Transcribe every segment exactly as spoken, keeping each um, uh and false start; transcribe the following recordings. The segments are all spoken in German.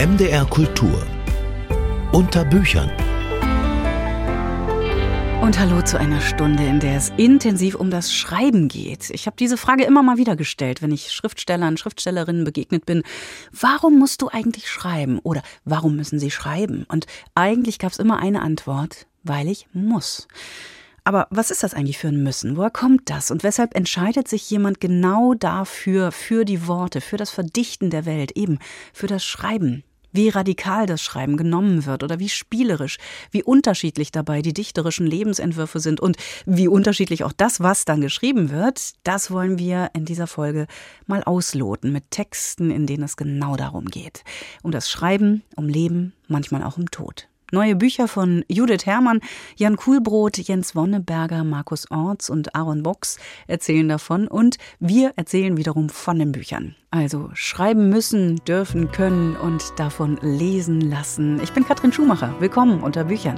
M D R Kultur unter Büchern. Und hallo zu einer Stunde, in der es intensiv um das Schreiben geht. Ich habe diese Frage immer mal wieder gestellt, wenn ich Schriftstellern, Schriftstellerinnen begegnet bin. Warum musst du eigentlich schreiben? Oder warum müssen sie schreiben? Und eigentlich gab es immer eine Antwort: weil ich muss. Aber was ist das eigentlich für ein Müssen? Woher kommt das? Und weshalb entscheidet sich jemand genau dafür, für die Worte, für das Verdichten der Welt, eben für das Schreiben? Wie radikal das Schreiben genommen wird oder wie spielerisch, wie unterschiedlich dabei die dichterischen Lebensentwürfe sind und wie unterschiedlich auch das, was dann geschrieben wird, das wollen wir in dieser Folge mal ausloten mit Texten, in denen es genau darum geht. Um das Schreiben, um Leben, manchmal auch um Tod. Neue Bücher von Judith Herrmann, Jan Kuhlbrot, Jens Wonneberger, Markus Orts und Aaron Box erzählen davon und wir erzählen wiederum von den Büchern. Also schreiben müssen, dürfen, können und davon lesen lassen. Ich bin Katrin Schumacher. Willkommen unter Büchern.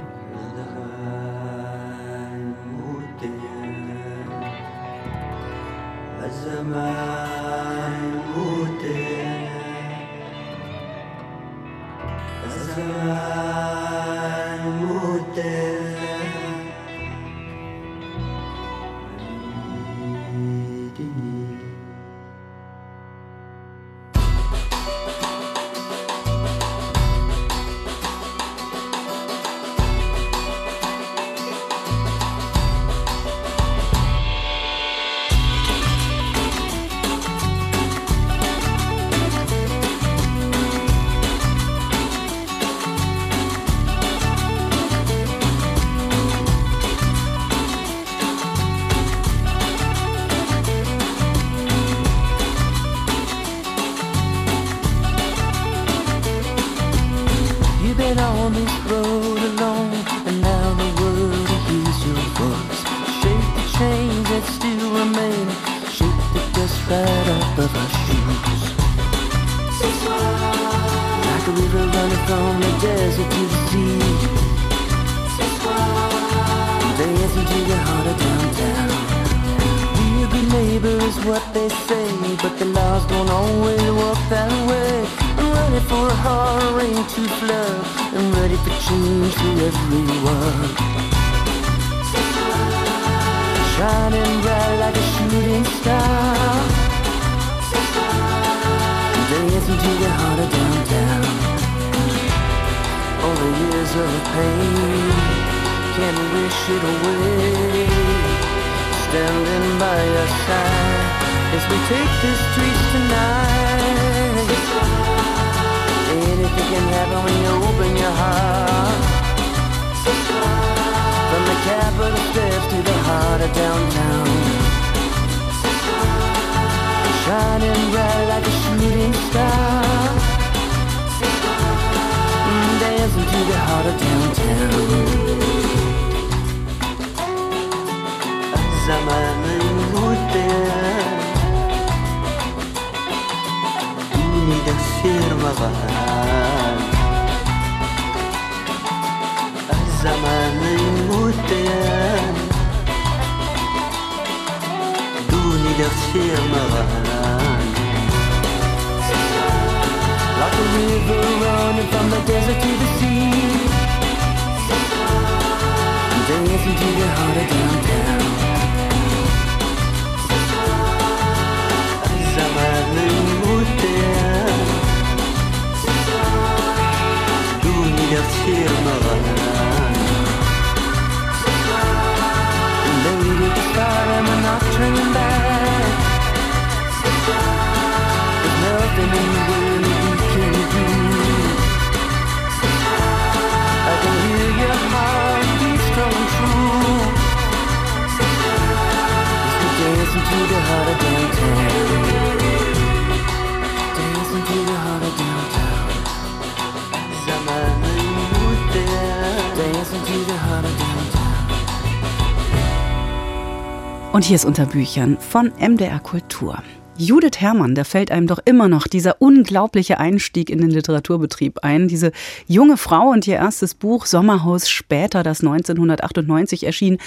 Und hier ist unter Büchern von M D R Kultur. Judith Herrmann, da fällt einem doch immer noch dieser unglaubliche Einstieg in den Literaturbetrieb ein. Diese junge Frau und ihr erstes Buch Sommerhaus später, das neunzehnhundertachtundneunzig erschien,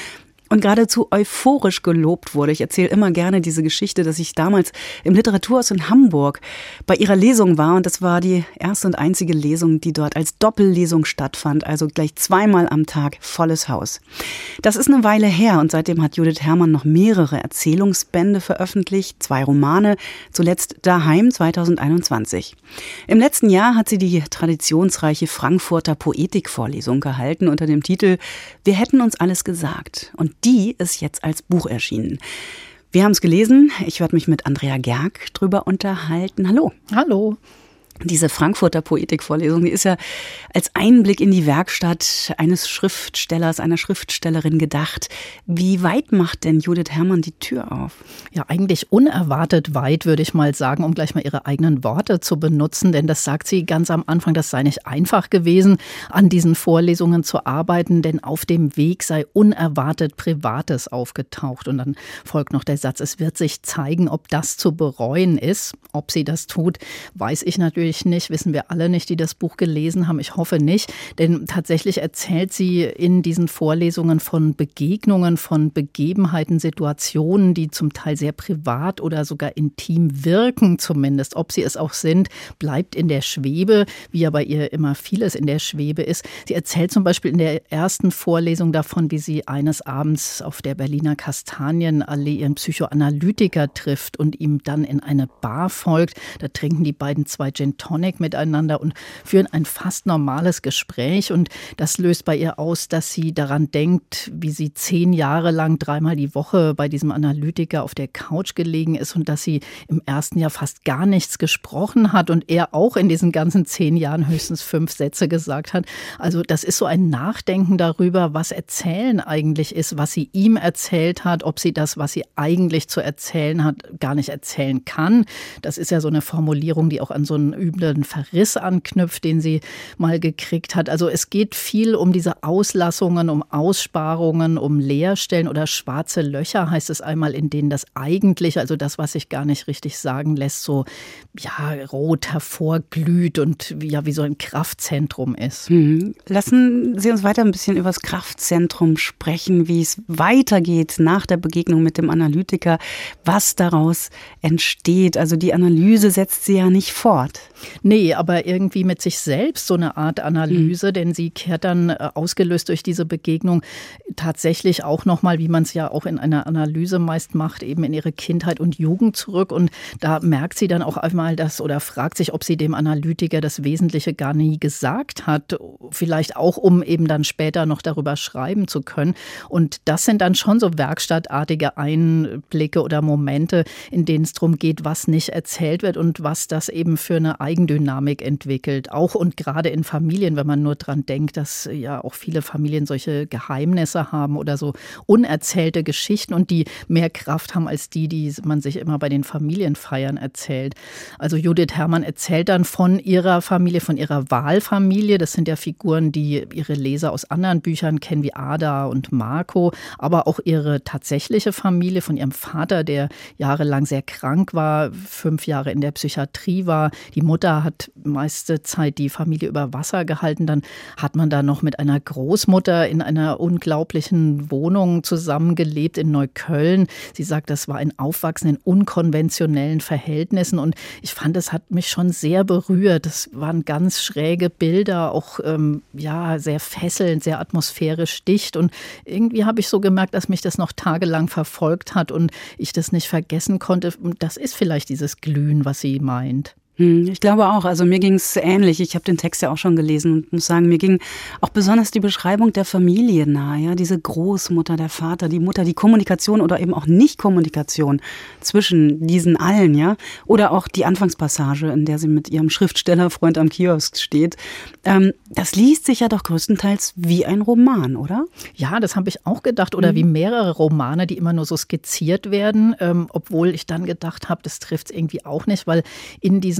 und geradezu euphorisch gelobt wurde. Ich erzähle immer gerne diese Geschichte, dass ich damals im Literaturhaus in Hamburg bei ihrer Lesung war und das war die erste und einzige Lesung, die dort als Doppellesung stattfand, also gleich zweimal am Tag volles Haus. Das ist eine Weile her und seitdem hat Judith Herrmann noch mehrere Erzählungsbände veröffentlicht, zwei Romane, zuletzt Daheim zweitausendeinundzwanzig. Im letzten Jahr hat sie die traditionsreiche Frankfurter Poetikvorlesung gehalten unter dem Titel Wir hätten uns alles gesagt. Und die ist jetzt als Buch erschienen. Wir haben es gelesen. Ich werde mich mit Andrea Gerg drüber unterhalten. Hallo. Hallo. Diese Frankfurter Poetikvorlesung, die ist ja als Einblick in die Werkstatt eines Schriftstellers, einer Schriftstellerin gedacht. Wie weit macht denn Judith Herrmann die Tür auf? Ja, eigentlich unerwartet weit, würde ich mal sagen, um gleich mal ihre eigenen Worte zu benutzen. Denn das sagt sie ganz am Anfang, das sei nicht einfach gewesen, an diesen Vorlesungen zu arbeiten, denn auf dem Weg sei unerwartet Privates aufgetaucht. Und dann folgt noch der Satz, es wird sich zeigen, ob das zu bereuen ist. Ob sie das tut, weiß ich natürlich nicht, wissen wir alle nicht, die das Buch gelesen haben. Ich hoffe nicht, denn tatsächlich erzählt sie in diesen Vorlesungen von Begegnungen, von Begebenheiten, Situationen, die zum Teil sehr privat oder sogar intim wirken zumindest. Ob sie es auch sind, bleibt in der Schwebe, wie ja bei ihr immer vieles in der Schwebe ist. Sie erzählt zum Beispiel in der ersten Vorlesung davon, wie sie eines Abends auf der Berliner Kastanienallee ihren Psychoanalytiker trifft und ihm dann in eine Bar folgt. Da trinken die beiden zwei Gin Tonic miteinander und führen ein fast normales Gespräch. Und das löst bei ihr aus, dass sie daran denkt, wie sie zehn Jahre lang dreimal die Woche bei diesem Analytiker auf der Couch gelegen ist und dass sie im ersten Jahr fast gar nichts gesprochen hat und er auch in diesen ganzen zehn Jahren höchstens fünf Sätze gesagt hat. Also das ist so ein Nachdenken darüber, was Erzählen eigentlich ist, was sie ihm erzählt hat, ob sie das, was sie eigentlich zu erzählen hat, gar nicht erzählen kann. Das ist ja so eine Formulierung, die auch an so einen üblen Verriss anknüpft, den sie mal gekriegt hat. Also es geht viel um diese Auslassungen, um Aussparungen, um Leerstellen oder schwarze Löcher, heißt es einmal, in denen das eigentlich, also das, was sich gar nicht richtig sagen lässt, so ja rot hervorglüht und ja wie so ein Kraftzentrum ist. Mhm. Lassen Sie uns weiter ein bisschen über das Kraftzentrum sprechen, wie es weitergeht nach der Begegnung mit dem Analytiker, was daraus entsteht. Also die Analyse setzt sie ja nicht fort. Nee, aber irgendwie mit sich selbst so eine Art Analyse, mhm. denn sie kehrt dann äh, ausgelöst durch diese Begegnung tatsächlich auch nochmal, wie man es ja auch in einer Analyse meist macht, eben in ihre Kindheit und Jugend zurück. Und da merkt sie dann auch einmal das oder fragt sich, ob sie dem Analytiker das Wesentliche gar nie gesagt hat. Vielleicht auch, um eben dann später noch darüber schreiben zu können. Und das sind dann schon so werkstattartige Einblicke oder Momente, in denen es darum geht, was nicht erzählt wird und was das eben für eine Eigendynamik entwickelt. Auch und gerade in Familien, wenn man nur dran denkt, dass ja auch viele Familien solche Geheimnisse haben oder so unerzählte Geschichten und die mehr Kraft haben als die, die man sich immer bei den Familienfeiern erzählt. Also Judith Herrmann erzählt dann von ihrer Familie, von ihrer Wahlfamilie. Das sind ja Figuren, die ihre Leser aus anderen Büchern kennen, wie Ada und Marco, aber auch ihre tatsächliche Familie von ihrem Vater, der jahrelang sehr krank war, fünf Jahre in der Psychiatrie war. Die Mutter hat meiste Zeit die Familie über Wasser gehalten. Dann hat man da noch mit einer Großmutter in einer unglaublichen Wohnung zusammengelebt in Neukölln. Sie sagt, das war ein Aufwachsen in unkonventionellen Verhältnissen. Und ich fand, das hat mich schon sehr berührt. Das waren ganz schräge Bilder, auch ähm, ja sehr fesselnd, sehr atmosphärisch dicht. Und irgendwie habe ich so gemerkt, dass mich das noch tagelang verfolgt hat und ich das nicht vergessen konnte. Das ist vielleicht dieses Glühen, was sie meint. Ich glaube auch, also mir ging es ähnlich. Ich habe den Text ja auch schon gelesen und muss sagen, mir ging auch besonders die Beschreibung der Familie nahe, ja, diese Großmutter, der Vater, die Mutter, die Kommunikation oder eben auch Nicht-Kommunikation zwischen diesen allen, ja, oder auch die Anfangspassage, in der sie mit ihrem Schriftstellerfreund am Kiosk steht. Ähm, das liest sich ja doch größtenteils wie ein Roman, oder? Ja, das habe ich auch gedacht, oder mhm. wie mehrere Romane, die immer nur so skizziert werden, ähm, obwohl ich dann gedacht habe, das trifft es irgendwie auch nicht, weil in diesen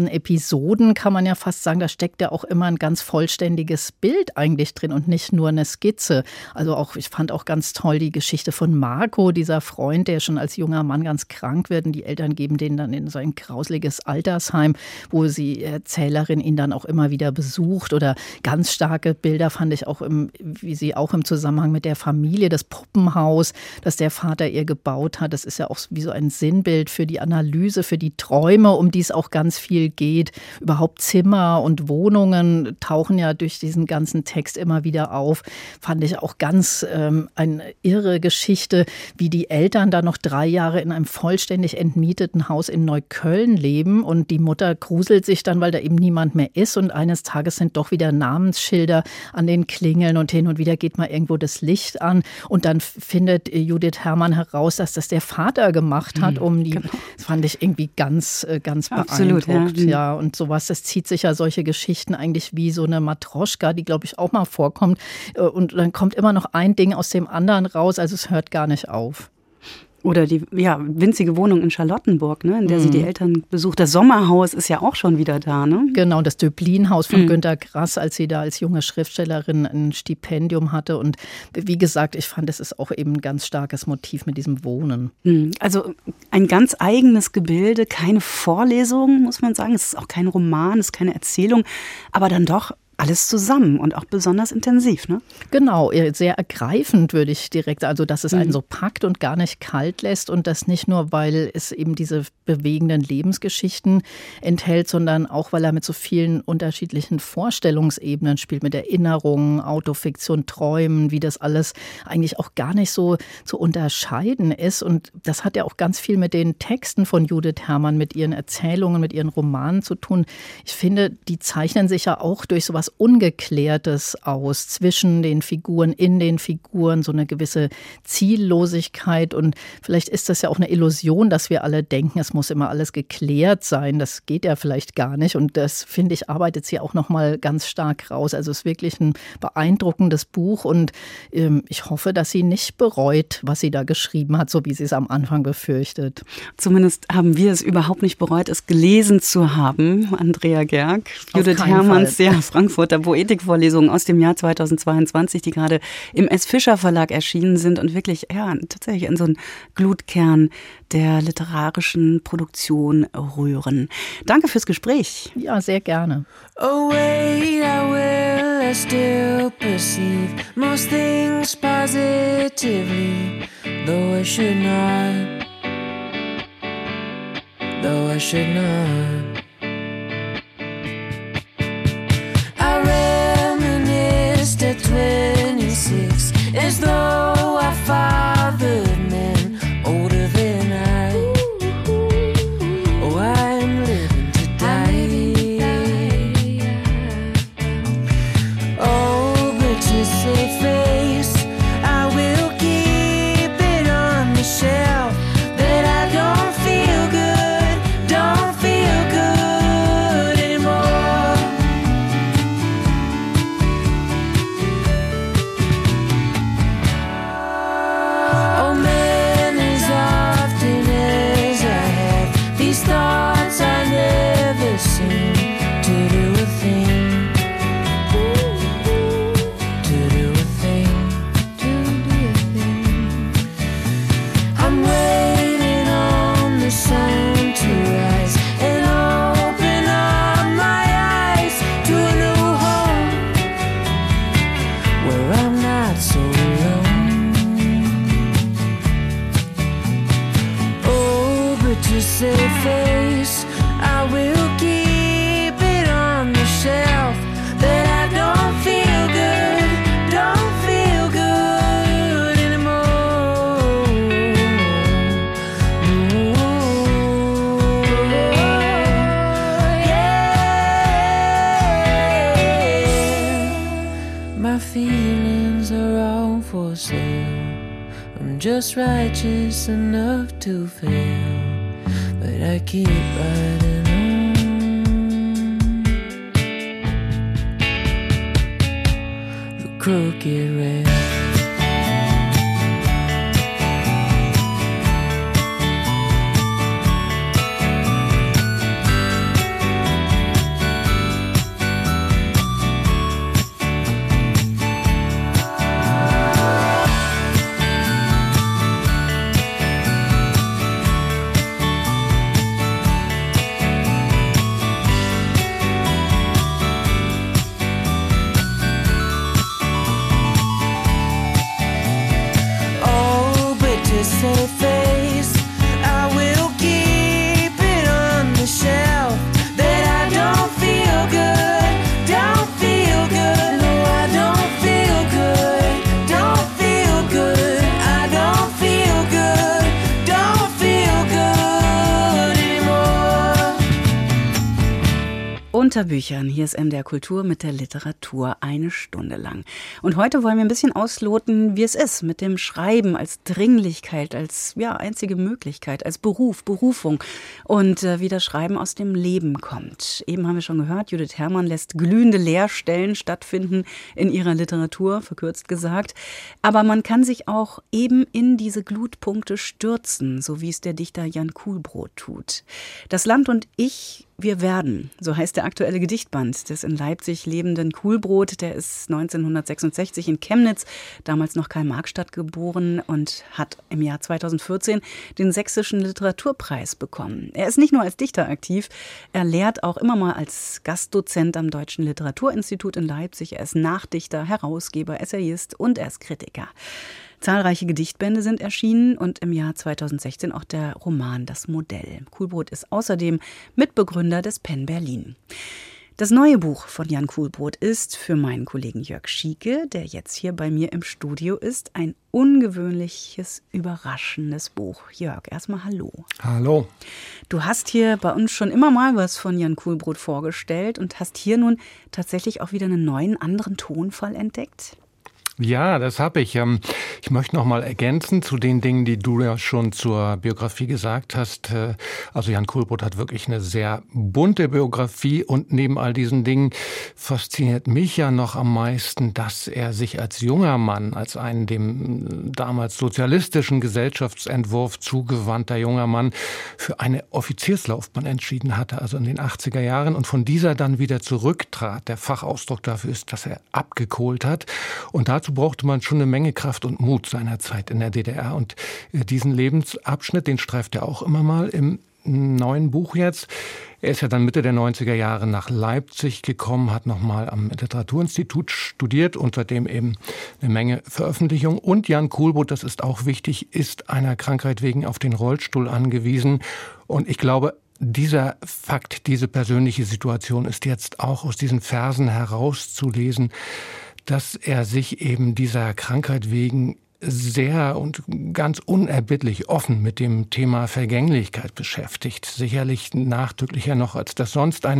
diesen Episoden kann man ja fast sagen, da steckt ja auch immer ein ganz vollständiges Bild eigentlich drin und nicht nur eine Skizze. Also auch, ich fand auch ganz toll die Geschichte von Marco, dieser Freund, der schon als junger Mann ganz krank wird und die Eltern geben den dann in so ein grausliges Altersheim, wo die Erzählerin ihn dann auch immer wieder besucht. Oder ganz starke Bilder fand ich auch, im, wie sie auch im Zusammenhang mit der Familie, das Puppenhaus, das der Vater ihr gebaut hat. Das ist ja auch wie so ein Sinnbild für die Analyse, für die Träume, um die es auch ganz viel geht. Überhaupt Zimmer und Wohnungen tauchen ja durch diesen ganzen Text immer wieder auf. Fand ich auch ganz ähm, eine irre Geschichte, wie die Eltern da noch drei Jahre in einem vollständig entmieteten Haus in Neukölln leben und die Mutter gruselt sich dann, weil da eben niemand mehr ist und eines Tages sind doch wieder Namensschilder an den Klingeln und hin und wieder geht mal irgendwo das Licht an und dann findet Judith Herrmann heraus, dass das der Vater gemacht hat, um die, genau. Das fand ich irgendwie ganz, ganz Absolut, beeindruckt. Ja. ja, und sowas, das zieht sich ja solche Geschichten eigentlich wie so eine Matroschka, die glaube ich auch mal vorkommt und dann kommt immer noch ein Ding aus dem anderen raus, also es hört gar nicht auf. Oder die ja, winzige Wohnung in Charlottenburg, ne, in der mhm. sie die Eltern besucht. Das Sommerhaus ist ja auch schon wieder da, ne? Genau, das Döblin-Haus von mhm. Günter Grass, als sie da als junge Schriftstellerin ein Stipendium hatte. Und wie gesagt, ich fand, es ist auch eben ein ganz starkes Motiv mit diesem Wohnen. Mhm. Also ein ganz eigenes Gebilde, keine Vorlesung, muss man sagen. Es ist auch kein Roman, es ist keine Erzählung, aber dann doch alles zusammen und auch besonders intensiv, ne? Genau, sehr ergreifend würde ich direkt, also dass es einen so packt und gar nicht kalt lässt und das nicht nur, weil es eben diese bewegenden Lebensgeschichten enthält, sondern auch, weil er mit so vielen unterschiedlichen Vorstellungsebenen spielt, mit Erinnerungen, Autofiktion, Träumen, wie das alles eigentlich auch gar nicht so zu unterscheiden ist und das hat ja auch ganz viel mit den Texten von Judith Herrmann, mit ihren Erzählungen, mit ihren Romanen zu tun. Ich finde, die zeichnen sich ja auch durch sowas Ungeklärtes aus, zwischen den Figuren, in den Figuren, so eine gewisse Ziellosigkeit und vielleicht ist das ja auch eine Illusion, dass wir alle denken, es muss immer alles geklärt sein, das geht ja vielleicht gar nicht und das, finde ich, arbeitet sie auch nochmal ganz stark raus, also es ist wirklich ein beeindruckendes Buch und ähm, ich hoffe, dass sie nicht bereut, was sie da geschrieben hat, so wie sie es am Anfang befürchtet. Zumindest haben wir es überhaupt nicht bereut, es gelesen zu haben, Andrea Gerg, Judith Herrmanns, ja, Frankfurter Poetikvorlesungen aus dem Jahr zweitausendzweiundzwanzig, die gerade im S. Fischer Verlag erschienen sind und wirklich ja tatsächlich in so einen Glutkern der literarischen Produktion rühren. Danke fürs Gespräch. Ja, sehr gerne. Oh wait, I will, I still perceive most things positively, though I should not, though I should not. At twenty-six, as though I fathered men older than I. Oh, I'm living to die. Oh, but to save face, I will keep it on the shelf. That I don't feel good, don't feel good anymore. Just righteous enough to fail, but I keep riding on the crooked rail. Unter Büchern. Hier ist M D R Kultur mit der Literatur eine Stunde lang. Und heute wollen wir ein bisschen ausloten, wie es ist mit dem Schreiben als Dringlichkeit, als ja, einzige Möglichkeit, als Beruf, Berufung und äh, wie das Schreiben aus dem Leben kommt. Eben haben wir schon gehört, Judith Herrmann lässt glühende Leerstellen stattfinden in ihrer Literatur, verkürzt gesagt. Aber man kann sich auch eben in diese Glutpunkte stürzen, so wie es der Dichter Jan Kuhlbrot tut. Das Land und ich, wir werden, so heißt der aktuelle Gedichtband des in Leipzig lebenden Kuhlbrot. Der ist neunzehnhundertsechsundsechzig in Chemnitz, damals noch Karl-Marx-Stadt, geboren und hat im Jahr zweitausendvierzehn den Sächsischen Literaturpreis bekommen. Er ist nicht nur als Dichter aktiv, er lehrt auch immer mal als Gastdozent am Deutschen Literaturinstitut in Leipzig. Er ist Nachdichter, Herausgeber, Essayist und er ist Kritiker. Zahlreiche Gedichtbände sind erschienen und im Jahr zweitausendsechzehn auch der Roman Das Modell. Kuhlbrot ist außerdem Mitbegründer des PEN Berlin. Das neue Buch von Jan Kuhlbrot ist für meinen Kollegen Jörg Schieke, der jetzt hier bei mir im Studio ist, ein ungewöhnliches, überraschendes Buch. Jörg, erstmal hallo. Hallo. Du hast hier bei uns schon immer mal was von Jan Kuhlbrot vorgestellt und hast hier nun tatsächlich auch wieder einen neuen, anderen Tonfall entdeckt? Ja, das habe ich. Ich möchte noch mal ergänzen zu den Dingen, die du ja schon zur Biografie gesagt hast. Also Jan Kuhlbrot hat wirklich eine sehr bunte Biografie und neben all diesen Dingen fasziniert mich ja noch am meisten, dass er sich als junger Mann, als ein dem damals sozialistischen Gesellschaftsentwurf zugewandter junger Mann für eine Offizierslaufbahn entschieden hatte, also in den achtziger Jahren und von dieser dann wieder zurücktrat. Der Fachausdruck dafür ist, dass er abgekohlt hat und dazu brauchte man schon eine Menge Kraft und Mut seinerzeit in der D D R. Und diesen Lebensabschnitt, den streift er auch immer mal im neuen Buch jetzt. Er ist ja dann Mitte der neunziger Jahre nach Leipzig gekommen, hat nochmal am Literaturinstitut studiert und seitdem eben eine Menge Veröffentlichungen. Und Jan Kuhlbrot, das ist auch wichtig, ist einer Krankheit wegen auf den Rollstuhl angewiesen. Und ich glaube, dieser Fakt, diese persönliche Situation ist jetzt auch aus diesen Versen herauszulesen, dass er sich eben dieser Krankheit wegen sehr und ganz unerbittlich offen mit dem Thema Vergänglichkeit beschäftigt. Sicherlich nachdrücklicher noch, als das sonst ein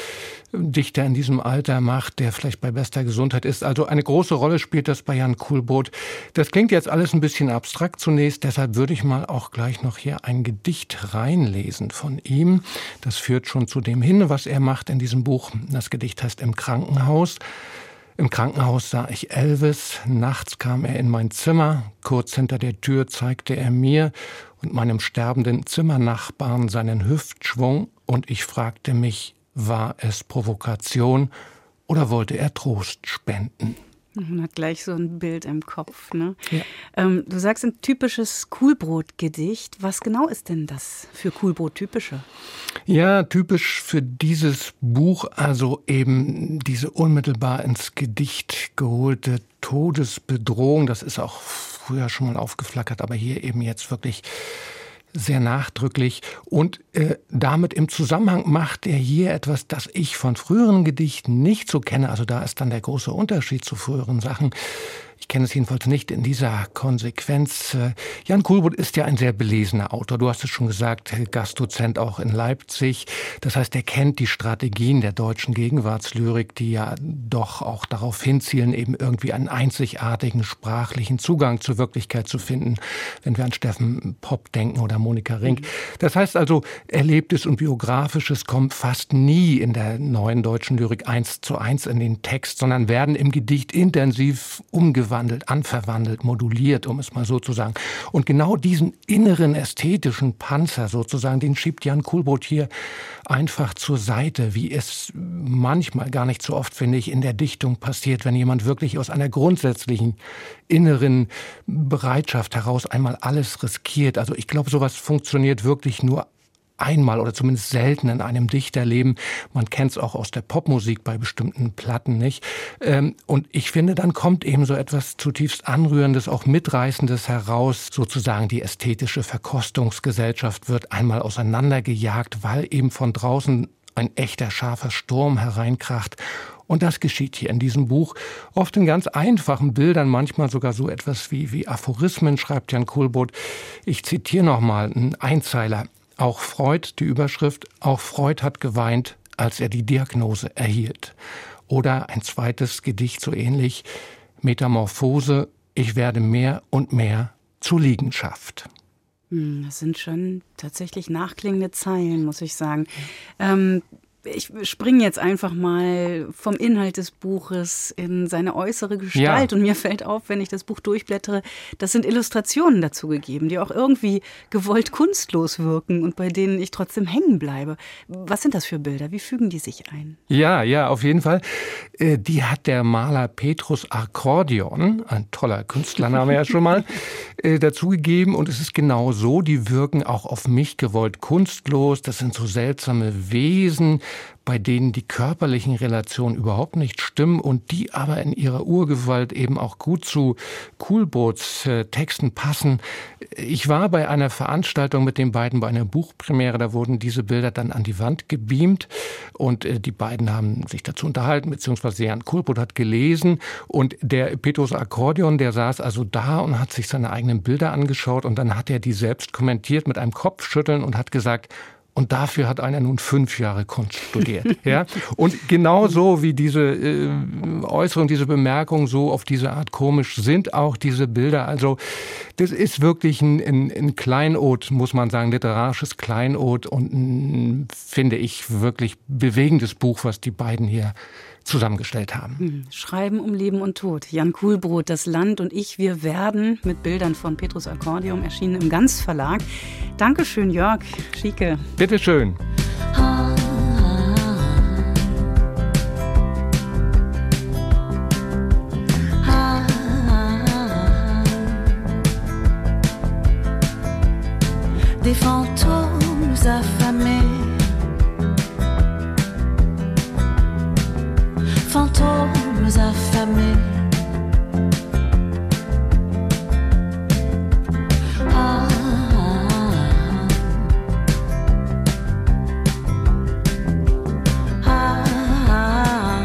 Dichter in diesem Alter macht, der vielleicht bei bester Gesundheit ist. Also eine große Rolle spielt das bei Jan Kuhlbrot. Das klingt jetzt alles ein bisschen abstrakt zunächst, deshalb würde ich mal auch gleich noch hier ein Gedicht reinlesen von ihm. Das führt schon zu dem hin, was er macht in diesem Buch. Das Gedicht heißt Im Krankenhaus. Im Krankenhaus sah ich Elvis, nachts kam er in mein Zimmer, kurz hinter der Tür zeigte er mir und meinem sterbenden Zimmernachbarn seinen Hüftschwung und ich fragte mich, war es Provokation oder wollte er Trost spenden? Man hat gleich so ein Bild im Kopf, ne? Ja. Ähm, du sagst ein typisches Kuhlbrot-Gedicht. Was genau ist denn das für Kuhlbrot typische? Ja, typisch für dieses Buch, also eben diese unmittelbar ins Gedicht geholte Todesbedrohung. Das ist auch früher schon mal aufgeflackert, aber hier eben jetzt wirklich sehr nachdrücklich. Und äh, damit im Zusammenhang macht er hier etwas, das ich von früheren Gedichten nicht so kenne. Also da ist dann der große Unterschied zu früheren Sachen. Ich kenne es jedenfalls nicht in dieser Konsequenz. Jan Kuhlbrot ist ja ein sehr belesener Autor. Du hast es schon gesagt, Gastdozent auch in Leipzig. Das heißt, er kennt die Strategien der deutschen Gegenwartslyrik, die ja doch auch darauf hinzielen, eben irgendwie einen einzigartigen sprachlichen Zugang zur Wirklichkeit zu finden, wenn wir an Steffen Popp denken oder Monika Rink. Das heißt also, Erlebtes und Biografisches kommt fast nie in der neuen deutschen Lyrik eins zu eins in den Text, sondern werden im Gedicht intensiv umgewandelt. Gewandelt, anverwandelt, moduliert, um es mal so zu sagen. Und genau diesen inneren ästhetischen Panzer sozusagen, den schiebt Jan Kuhlbrot hier einfach zur Seite, wie es manchmal, gar nicht so oft, finde ich, in der Dichtung passiert, wenn jemand wirklich aus einer grundsätzlichen inneren Bereitschaft heraus einmal alles riskiert. Also ich glaube, sowas funktioniert wirklich nur einmal oder zumindest selten in einem Dichterleben. Man kennt es auch aus der Popmusik bei bestimmten Platten nicht. Und ich finde, dann kommt eben so etwas zutiefst Anrührendes, auch Mitreißendes heraus. Sozusagen die ästhetische Verkostungsgesellschaft wird einmal auseinandergejagt, weil eben von draußen ein echter scharfer Sturm hereinkracht. Und das geschieht hier in diesem Buch. Oft in ganz einfachen Bildern, manchmal sogar so etwas wie, wie Aphorismen, schreibt Jan Kuhlbrot. Ich zitiere nochmal einen Einzeiler. Auch Freud, die Überschrift, auch Freud hat geweint, als er die Diagnose erhielt. Oder ein zweites Gedicht so ähnlich, Metamorphose, ich werde mehr und mehr zur Liegenschaft. Das sind schon tatsächlich nachklingende Zeilen, muss ich sagen. Ähm, ich springe jetzt einfach mal vom Inhalt des Buches in seine äußere Gestalt. Ja. Und mir fällt auf, wenn ich das Buch durchblättere, das sind Illustrationen dazu gegeben, die auch irgendwie gewollt kunstlos wirken und bei denen ich trotzdem hängen bleibe. Was sind das für Bilder? Wie fügen die sich ein? Ja, ja, auf jeden Fall. Die hat der Maler Petrus Akkordeon, ein toller Künstlername ja schon mal, dazu gegeben. Und es ist genau so, die wirken auch auf mich gewollt kunstlos. Das sind so seltsame Wesen, bei denen die körperlichen Relationen überhaupt nicht stimmen und die aber in ihrer Urgewalt eben auch gut zu Kuhlboots Texten passen. Ich war bei einer Veranstaltung mit den beiden bei einer Buchpremiere, da wurden diese Bilder dann an die Wand gebeamt und die beiden haben sich dazu unterhalten, beziehungsweise Jan Kuhlbrot hat gelesen und der Petrus Akkordeon, der saß also da und hat sich seine eigenen Bilder angeschaut und dann hat er die selbst kommentiert mit einem Kopfschütteln und hat gesagt, und dafür hat einer nun fünf Jahre Kunst studiert. Ja? Und genauso wie diese äh, Äußerung, diese Bemerkung so auf diese Art komisch sind auch diese Bilder. Also das ist wirklich ein, ein, ein Kleinod, muss man sagen, literarisches Kleinod und ein, finde ich, wirklich bewegendes Buch, was die beiden hier zusammengestellt haben. Schreiben um Leben und Tod. Jan Kuhlbrot, Das Land und ich, wir werden, mit Bildern von Petrus Akkordeon, erschienen im Ganz Verlag. Dankeschön, Jörg Schieke. Bitteschön. Des fantômes affamés, fantômes affamés. Ah, ah, ah,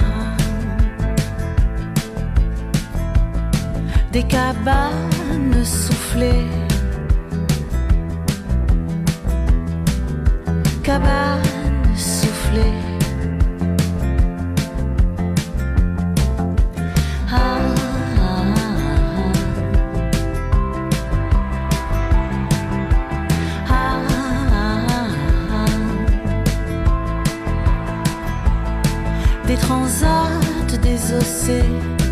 des cabanes soufflées, cabanes soufflées. Des transats désossés,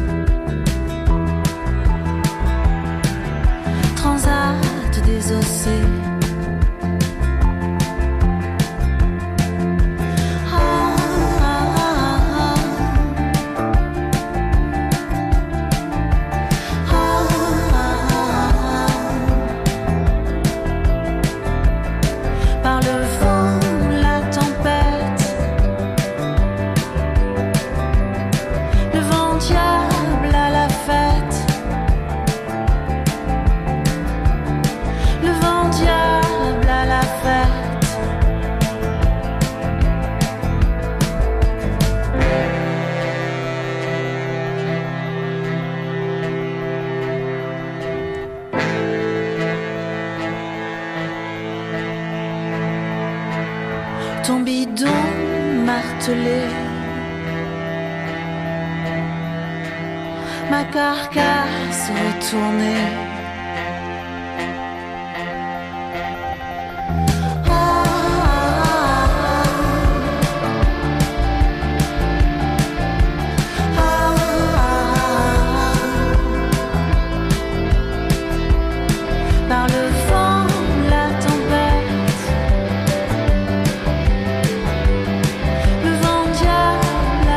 transats désossés. Ton bidon martelé, ma carcasse retournée.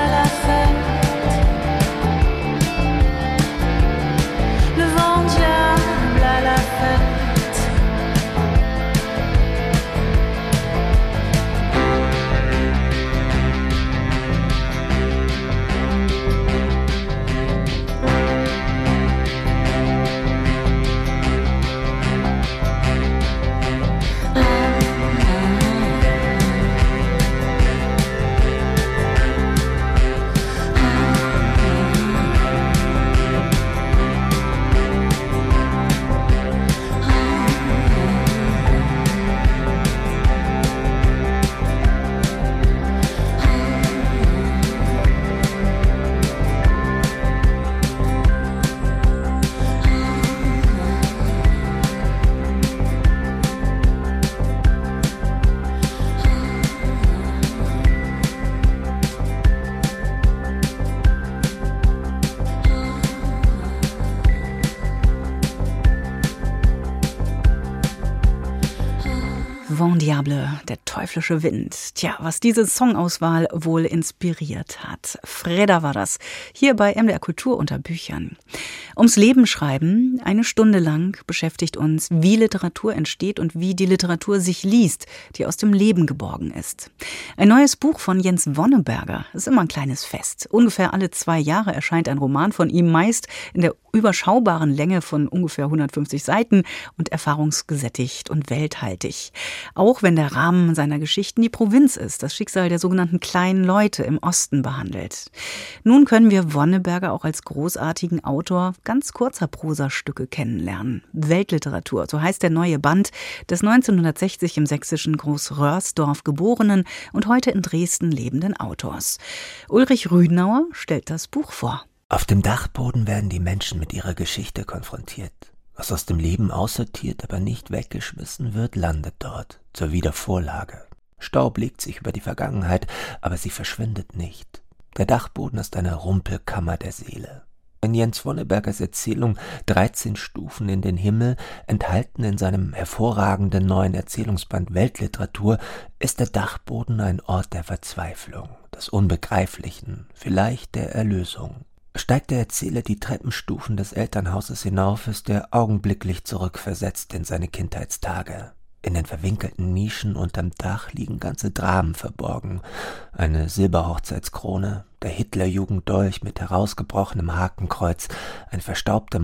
Le vent diable Diable, der teuflische Wind. Tja, was diese Songauswahl wohl inspiriert hat. Freda war das, hier bei M D R Kultur unter Büchern. Ums Leben schreiben, eine Stunde lang beschäftigt uns, wie Literatur entsteht und wie die Literatur sich liest, die aus dem Leben geborgen ist. Ein neues Buch von Jens Wonneberger ist immer ein kleines Fest. Ungefähr alle zwei Jahre erscheint ein Roman von ihm, meist in der überschaubaren Länge von ungefähr hundertfünfzig Seiten und erfahrungsgesättigt und welthaltig. Auch wenn der Rahmen seiner Geschichten die Provinz ist, das Schicksal der sogenannten kleinen Leute im Osten behandelt. Nun können wir Wonneberger auch als großartigen Autor ganz kurzer Prosastücke kennenlernen. Weltliteratur, so heißt der neue Band des neunzehnhundertsechzig im sächsischen Großröhrsdorf geborenen und heute in Dresden lebenden Autors. Ulrich Rüdenauer stellt das Buch vor. Auf dem Dachboden werden die Menschen mit ihrer Geschichte konfrontiert. Was aus dem Leben aussortiert, aber nicht weggeschmissen wird, landet dort, zur Wiedervorlage. Staub legt sich über die Vergangenheit, aber sie verschwindet nicht. Der Dachboden ist eine Rumpelkammer der Seele. In Jens Wonnebergers Erzählung dreizehn Stufen in den Himmel, enthalten in seinem hervorragenden neuen Erzählungsband Weltliteratur, ist der Dachboden ein Ort der Verzweiflung, des Unbegreiflichen, vielleicht der Erlösung. Steigt der Erzähler die Treppenstufen des Elternhauses hinauf, ist er augenblicklich zurückversetzt in seine Kindheitstage. In den verwinkelten Nischen unterm Dach liegen ganze Dramen verborgen. Eine Silberhochzeitskrone, der Hitlerjugenddolch mit herausgebrochenem Hakenkreuz, eine verstaubte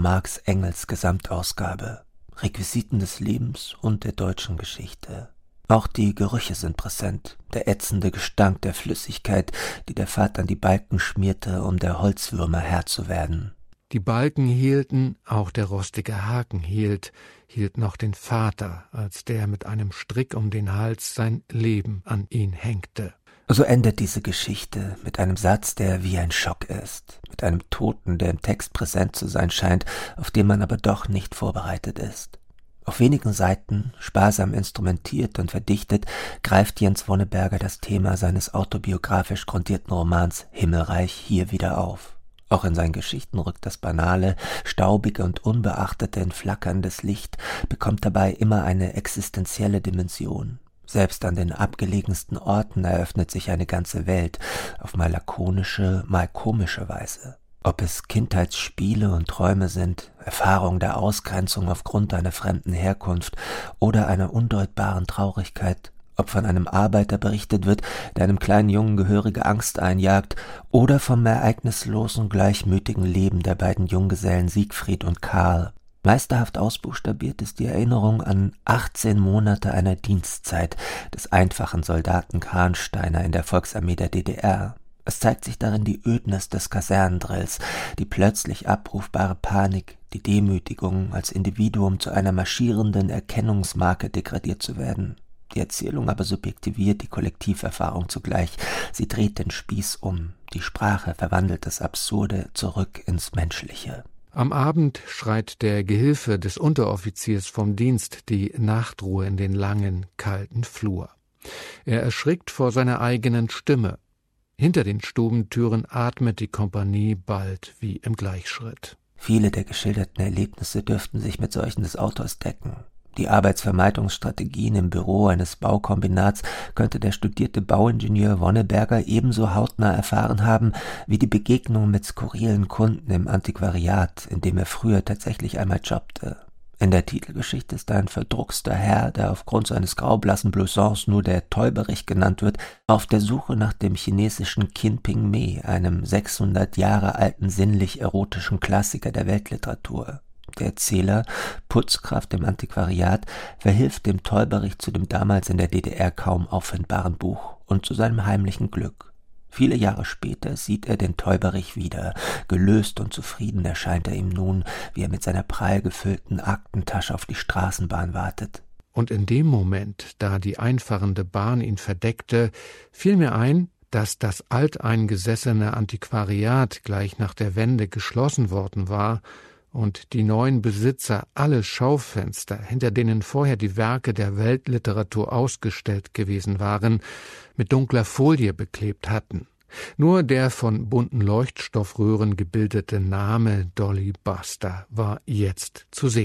Marx-Engels-Gesamtausgabe, Requisiten des Lebens und der deutschen Geschichte. Auch die Gerüche sind präsent, der ätzende Gestank der Flüssigkeit, die der Vater an die Balken schmierte, um der Holzwürmer Herr zu werden. Die Balken hielten, auch der rostige Haken hielt, hielt noch den Vater, als der mit einem Strick um den Hals sein Leben an ihn hängte. So endet diese Geschichte mit einem Satz, der wie ein Schock ist, mit einem Toten, der im Text präsent zu sein scheint, auf den man aber doch nicht vorbereitet ist. Auf wenigen Seiten, sparsam instrumentiert und verdichtet, greift Jens Wonneberger das Thema seines autobiografisch grundierten Romans Himmelreich hier wieder auf. Auch in seinen Geschichten rückt das banale, staubige und unbeachtete Entflackern des Licht, bekommt dabei immer eine existenzielle Dimension. Selbst an den abgelegensten Orten eröffnet sich eine ganze Welt, auf mal lakonische, mal komische Weise. Ob es Kindheitsspiele und Träume sind, Erfahrung der Ausgrenzung aufgrund einer fremden Herkunft oder einer undeutbaren Traurigkeit, ob von einem Arbeiter berichtet wird, der einem kleinen Jungen gehörige Angst einjagt, oder vom ereignislosen, gleichmütigen Leben der beiden Junggesellen Siegfried und Karl. Meisterhaft ausbuchstabiert ist die Erinnerung an achtzehn Monate einer Dienstzeit des einfachen Soldaten Kransteiner in der Volksarmee der D D R. Es zeigt sich darin die Ödnis des Kasernendrills, die plötzlich abrufbare Panik, die Demütigung, als Individuum zu einer marschierenden Erkennungsmarke degradiert zu werden. Die Erzählung aber subjektiviert die Kollektiverfahrung zugleich. Sie dreht den Spieß um. Die Sprache verwandelt das Absurde zurück ins Menschliche. Am Abend schreit der Gehilfe des Unteroffiziers vom Dienst die Nachtruhe in den langen, kalten Flur. Er erschrickt vor seiner eigenen Stimme. Hinter den Stubentüren atmet die Kompanie bald wie im Gleichschritt. Viele der geschilderten Erlebnisse dürften sich mit solchen des Autors decken. Die Arbeitsvermeidungsstrategien im Büro eines Baukombinats könnte der studierte Bauingenieur Wonneberger ebenso hautnah erfahren haben wie die Begegnung mit skurrilen Kunden im Antiquariat, in dem er früher tatsächlich einmal jobbte. In der Titelgeschichte ist ein verdruckster Herr, der aufgrund seines graublassen Bloussons nur der Täuberich genannt wird, auf der Suche nach dem chinesischen Qin Ping Me, einem sechshundert Jahre alten sinnlich-erotischen Klassiker der Weltliteratur. Der Erzähler, Putzkraft im Antiquariat, verhilft dem Täuberich zu dem damals in der D D R kaum auffindbaren Buch und zu seinem heimlichen Glück. Viele Jahre später sieht er den Täuberich wieder. Gelöst und zufrieden erscheint er ihm nun, wie er mit seiner prall gefüllten Aktentasche auf die Straßenbahn wartet. Und in dem Moment, da die einfahrende Bahn ihn verdeckte, fiel mir ein, dass das alteingesessene Antiquariat gleich nach der Wende geschlossen worden war und die neuen Besitzer alle Schaufenster, hinter denen vorher die Werke der Weltliteratur ausgestellt gewesen waren, mit dunkler Folie beklebt hatten. Nur der von bunten Leuchtstoffröhren gebildete Name Dolly Buster war jetzt zu sehen.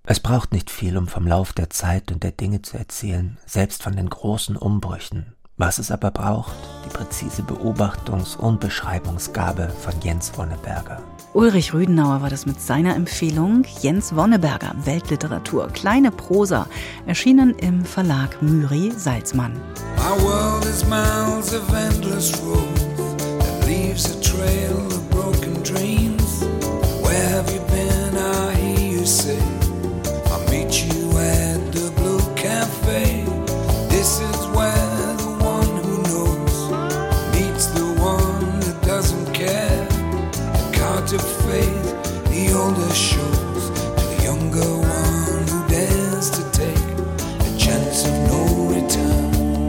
Es braucht nicht viel, um vom Lauf der Zeit und der Dinge zu erzählen, selbst von den großen Umbrüchen. Was es aber braucht, die präzise Beobachtungs- und Beschreibungsgabe von Jens Wonneberger. Ulrich Rüdenauer war das mit seiner Empfehlung. Jens Wonneberger, Weltliteratur, kleine Prosa, erschienen im Verlag Müri Salzmann. My world is miles of endless road that leaves a trail of broken dreams. Where have you been? I hear you say, I'll meet you at the Blue Cafe. This is where the one who knows meets the one that doesn't care. The card of faith, the older shows to the younger one who dares to take a chance of no return.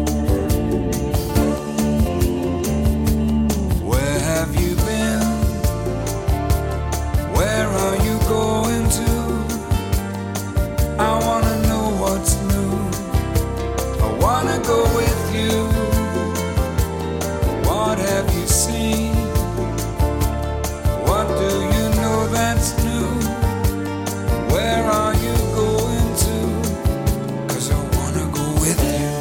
Where have you been? Where are you going to? I wanna know what's new. I wanna go with you. What have you seen? What do you know that's new? Where are you going to? 'Cause I wanna go with you.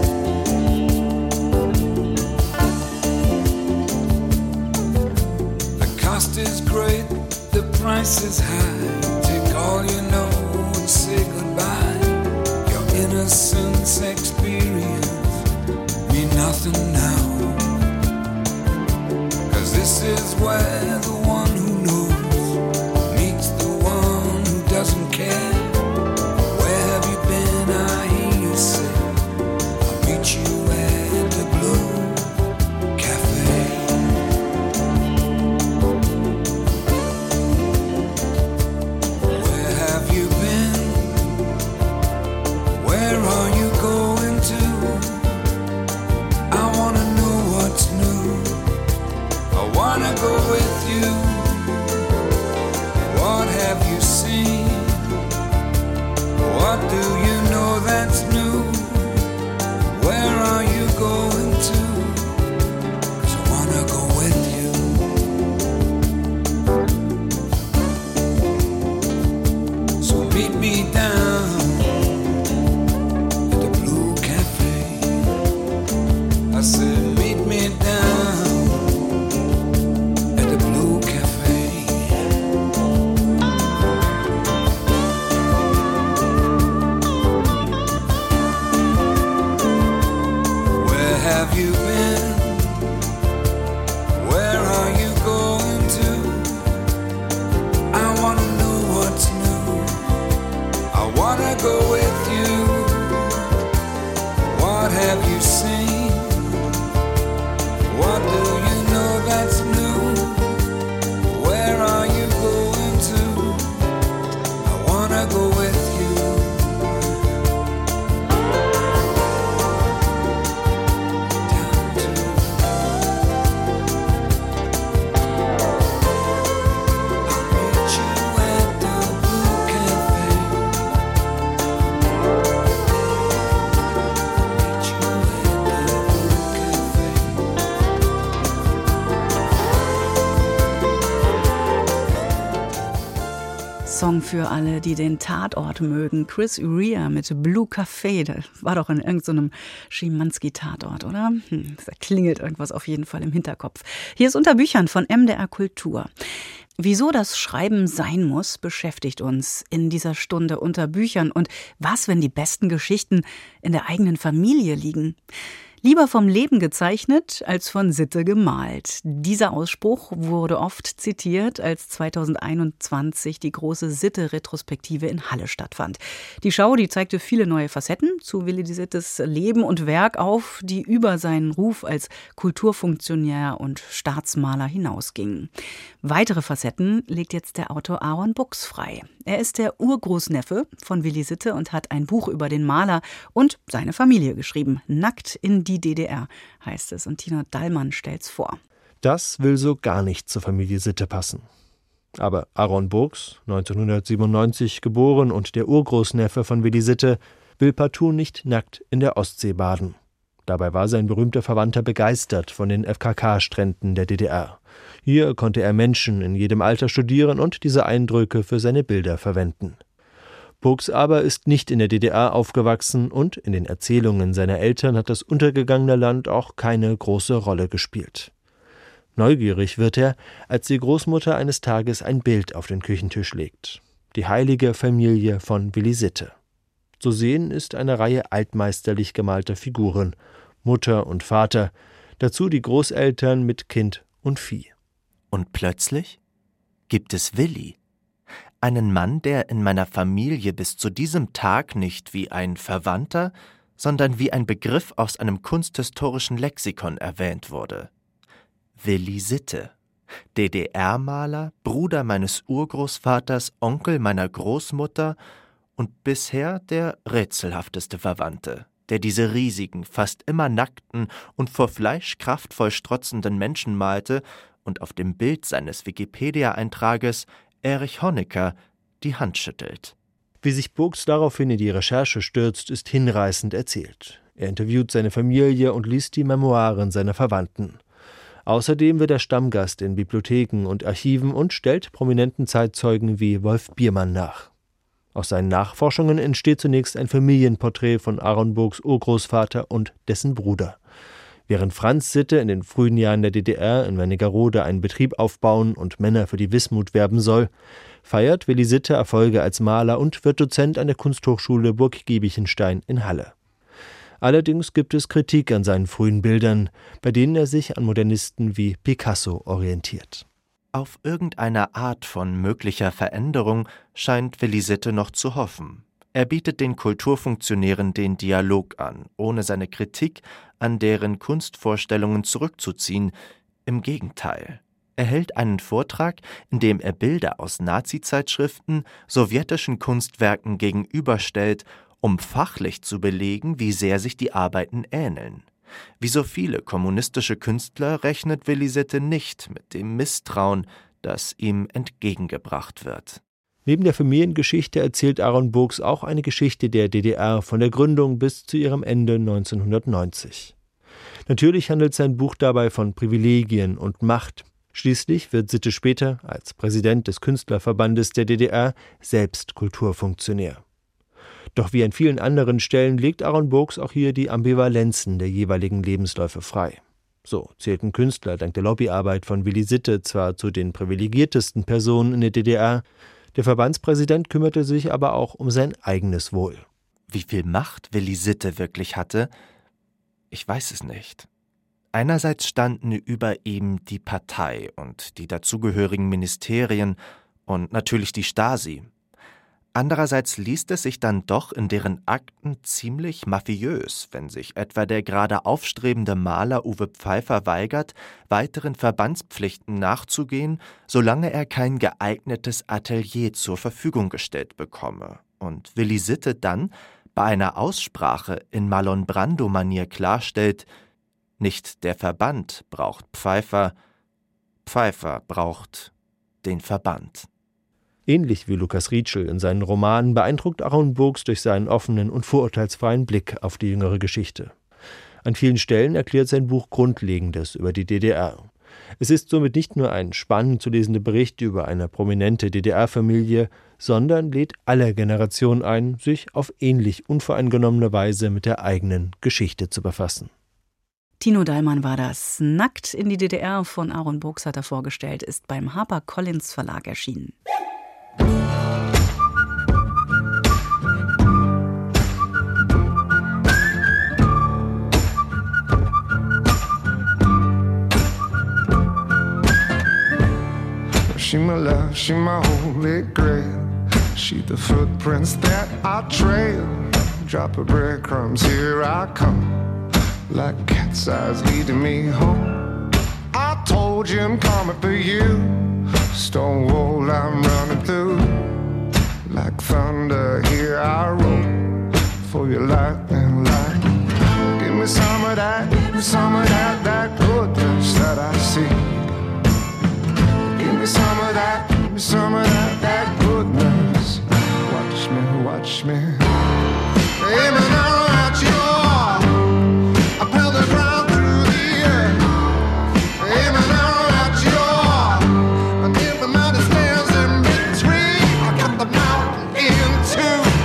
The cost is great, the price is high. Take all you know and say goodbye. Your innocence experience mean nothing now. 'Cause this is where the one who knows meets the one who doesn't care. Where have you been? I hear you say, I'll meet you at the Blue Cafe. Where have you been? Where are you going to? I wanna know what's new. I wanna go with you. What have you seen? What do you know that's new? Where are you going to? 'Cause I wanna go with you. So meet me down at the Blue Cafe. I said meet me down at the Blue Cafe. Where have you been? Where are you going to? I wanna know what's new. I wanna go with you. What have you seen? What do you know that's new? Where are you going to? I wanna go with you. Down to I'll meet you at the Blue Cafe. Meet you at the Blue Cafe. Song für alle, die den Tatort mögen. Chris Rea mit Blue Cafe. Das war doch in irgendeinem Schimanski-Tatort, oder? Hm, da klingelt irgendwas auf jeden Fall im Hinterkopf. Hier ist Unter Büchern von M D R Kultur. Wieso das Schreiben sein muss, beschäftigt uns in dieser Stunde Unter Büchern. Und was, wenn die besten Geschichten in der eigenen Familie liegen? Lieber vom Leben gezeichnet als von Sitte gemalt. Dieser Ausspruch wurde oft zitiert, als zweitausendeinundzwanzig die große Sitte-Retrospektive in Halle stattfand. Die Schau, die zeigte viele neue Facetten zu Willi de Sittes Leben und Werk auf, die über seinen Ruf als Kulturfunktionär und Staatsmaler hinausgingen. Weitere Facetten legt jetzt der Autor Aaron Buchs frei. Er ist der Urgroßneffe von Willi Sitte und hat ein Buch über den Maler und seine Familie geschrieben. Nackt in die D D R heißt es, und Tina Dallmann stellt's vor. Das will so gar nicht zur Familie Sitte passen. Aber Aaron Buchs, neunzehnhundertsiebenundneunzig geboren und der Urgroßneffe von Willi Sitte, will partout nicht nackt in der Ostsee baden. Dabei war sein berühmter Verwandter begeistert von den F K K-Stränden der D D R. Hier konnte er Menschen in jedem Alter studieren und diese Eindrücke für seine Bilder verwenden. Burgs aber ist nicht in der D D R aufgewachsen und in den Erzählungen seiner Eltern hat das untergegangene Land auch keine große Rolle gespielt. Neugierig wird er, als die Großmutter eines Tages ein Bild auf den Küchentisch legt. Die heilige Familie von Willi Sitte. Zu sehen ist eine Reihe altmeisterlich gemalter Figuren, Mutter und Vater, dazu die Großeltern mit Kind und Vieh. Und plötzlich gibt es Willi, einen Mann, der in meiner Familie bis zu diesem Tag nicht wie ein Verwandter, sondern wie ein Begriff aus einem kunsthistorischen Lexikon erwähnt wurde. Willi Sitte, D D R-Maler, Bruder meines Urgroßvaters, Onkel meiner Großmutter und bisher der rätselhafteste Verwandte, der diese riesigen, fast immer nackten und vor Fleisch kraftvoll strotzenden Menschen malte und auf dem Bild seines Wikipedia-Eintrages Erich Honecker die Hand schüttelt. Wie sich Burgs daraufhin in die Recherche stürzt, ist hinreißend erzählt. Er interviewt seine Familie und liest die Memoiren seiner Verwandten. Außerdem wird er Stammgast in Bibliotheken und Archiven und stellt prominenten Zeitzeugen wie Wolf Biermann nach. Aus seinen Nachforschungen entsteht zunächst ein Familienporträt von Aaron Burgs Urgroßvater und dessen Bruder. Während Franz Sitte in den frühen Jahren der D D R in Wernigerode einen Betrieb aufbauen und Männer für die Wismut werben soll, feiert Willi Sitte Erfolge als Maler und wird Dozent an der Kunsthochschule Burg Giebichenstein in Halle. Allerdings gibt es Kritik an seinen frühen Bildern, bei denen er sich an Modernisten wie Picasso orientiert. Auf irgendeine Art von möglicher Veränderung scheint Willi Sitte noch zu hoffen. Er bietet den Kulturfunktionären den Dialog an, ohne seine Kritik an deren Kunstvorstellungen zurückzuziehen. Im Gegenteil. Er hält einen Vortrag, in dem er Bilder aus Nazi-Zeitschriften sowjetischen Kunstwerken gegenüberstellt, um fachlich zu belegen, wie sehr sich die Arbeiten ähneln. Wie so viele kommunistische Künstler rechnet Willi Sitte nicht mit dem Misstrauen, das ihm entgegengebracht wird. Neben der Familiengeschichte erzählt Aaron Burgs auch eine Geschichte der D D R von der Gründung bis zu ihrem Ende neunzehnhundertneunzig. Natürlich handelt sein Buch dabei von Privilegien und Macht. Schließlich wird Sitte später, als Präsident des Künstlerverbandes der D D R, selbst Kulturfunktionär. Doch wie an vielen anderen Stellen legt Aaron Burgs auch hier die Ambivalenzen der jeweiligen Lebensläufe frei. So zählten Künstler dank der Lobbyarbeit von Willi Sitte zwar zu den privilegiertesten Personen in der D D R, der Verbandspräsident kümmerte sich aber auch um sein eigenes Wohl. Wie viel Macht Willi Sitte wirklich hatte, ich weiß es nicht. Einerseits standen über ihm die Partei und die dazugehörigen Ministerien und natürlich die Stasi. Andererseits liest es sich dann doch in deren Akten ziemlich mafiös, wenn sich etwa der gerade aufstrebende Maler Uwe Pfeiffer weigert, weiteren Verbandspflichten nachzugehen, solange er kein geeignetes Atelier zur Verfügung gestellt bekomme. Und Willi Sitte dann bei einer Aussprache in Marlon Brando-Manier klarstellt, nicht der Verband braucht Pfeiffer, Pfeiffer braucht den Verband. Ähnlich wie Lukas Rietschel in seinen Romanen beeindruckt Aaron Burgs durch seinen offenen und vorurteilsfreien Blick auf die jüngere Geschichte. An vielen Stellen erklärt sein Buch Grundlegendes über die D D R. Es ist somit nicht nur ein spannend zu lesender Bericht über eine prominente D D R-Familie, sondern lädt alle Generationen ein, sich auf ähnlich unvoreingenommene Weise mit der eigenen Geschichte zu befassen. Tino Dallmann war das. Nackt in die D D R von Aaron Burgs hat er vorgestellt, ist beim HarperCollins Verlag erschienen. She my love, she my holy grail. She the footprints that I trail. Drop of breadcrumbs, here I come. Like cat's eyes leading me home. I told you I'm coming for you. Stone wall I'm running through. Like thunder, here I roll. For your light and light. Give me some of that, give me some of that, that goodness that I see. Give me some of that, give me some of that, that goodness. Watch me, watch me. Even now that you're, I peel the ground through the air. Even now that you're, I give the mountain stands in between. I got the mountain in two.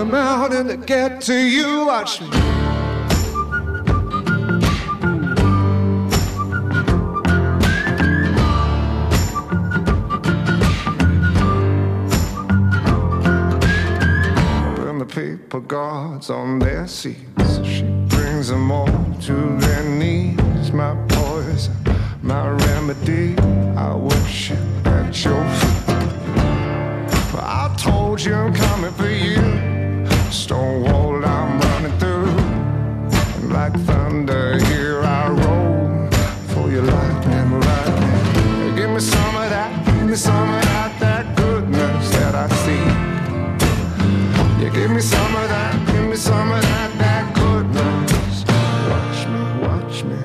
mountain to get to you. Watch me. When the paper guards on their seats, she brings them all to their knees. My poison, my remedy, I worship at your feet. Well, I told you I'm coming for you. Stone wall I'm running through. And like thunder here I roll. For your lightning, lightning. Give me some of that, give me some of that, that goodness that I see. Yeah, give me some of that, give me some of that, that goodness. Watch me, watch me.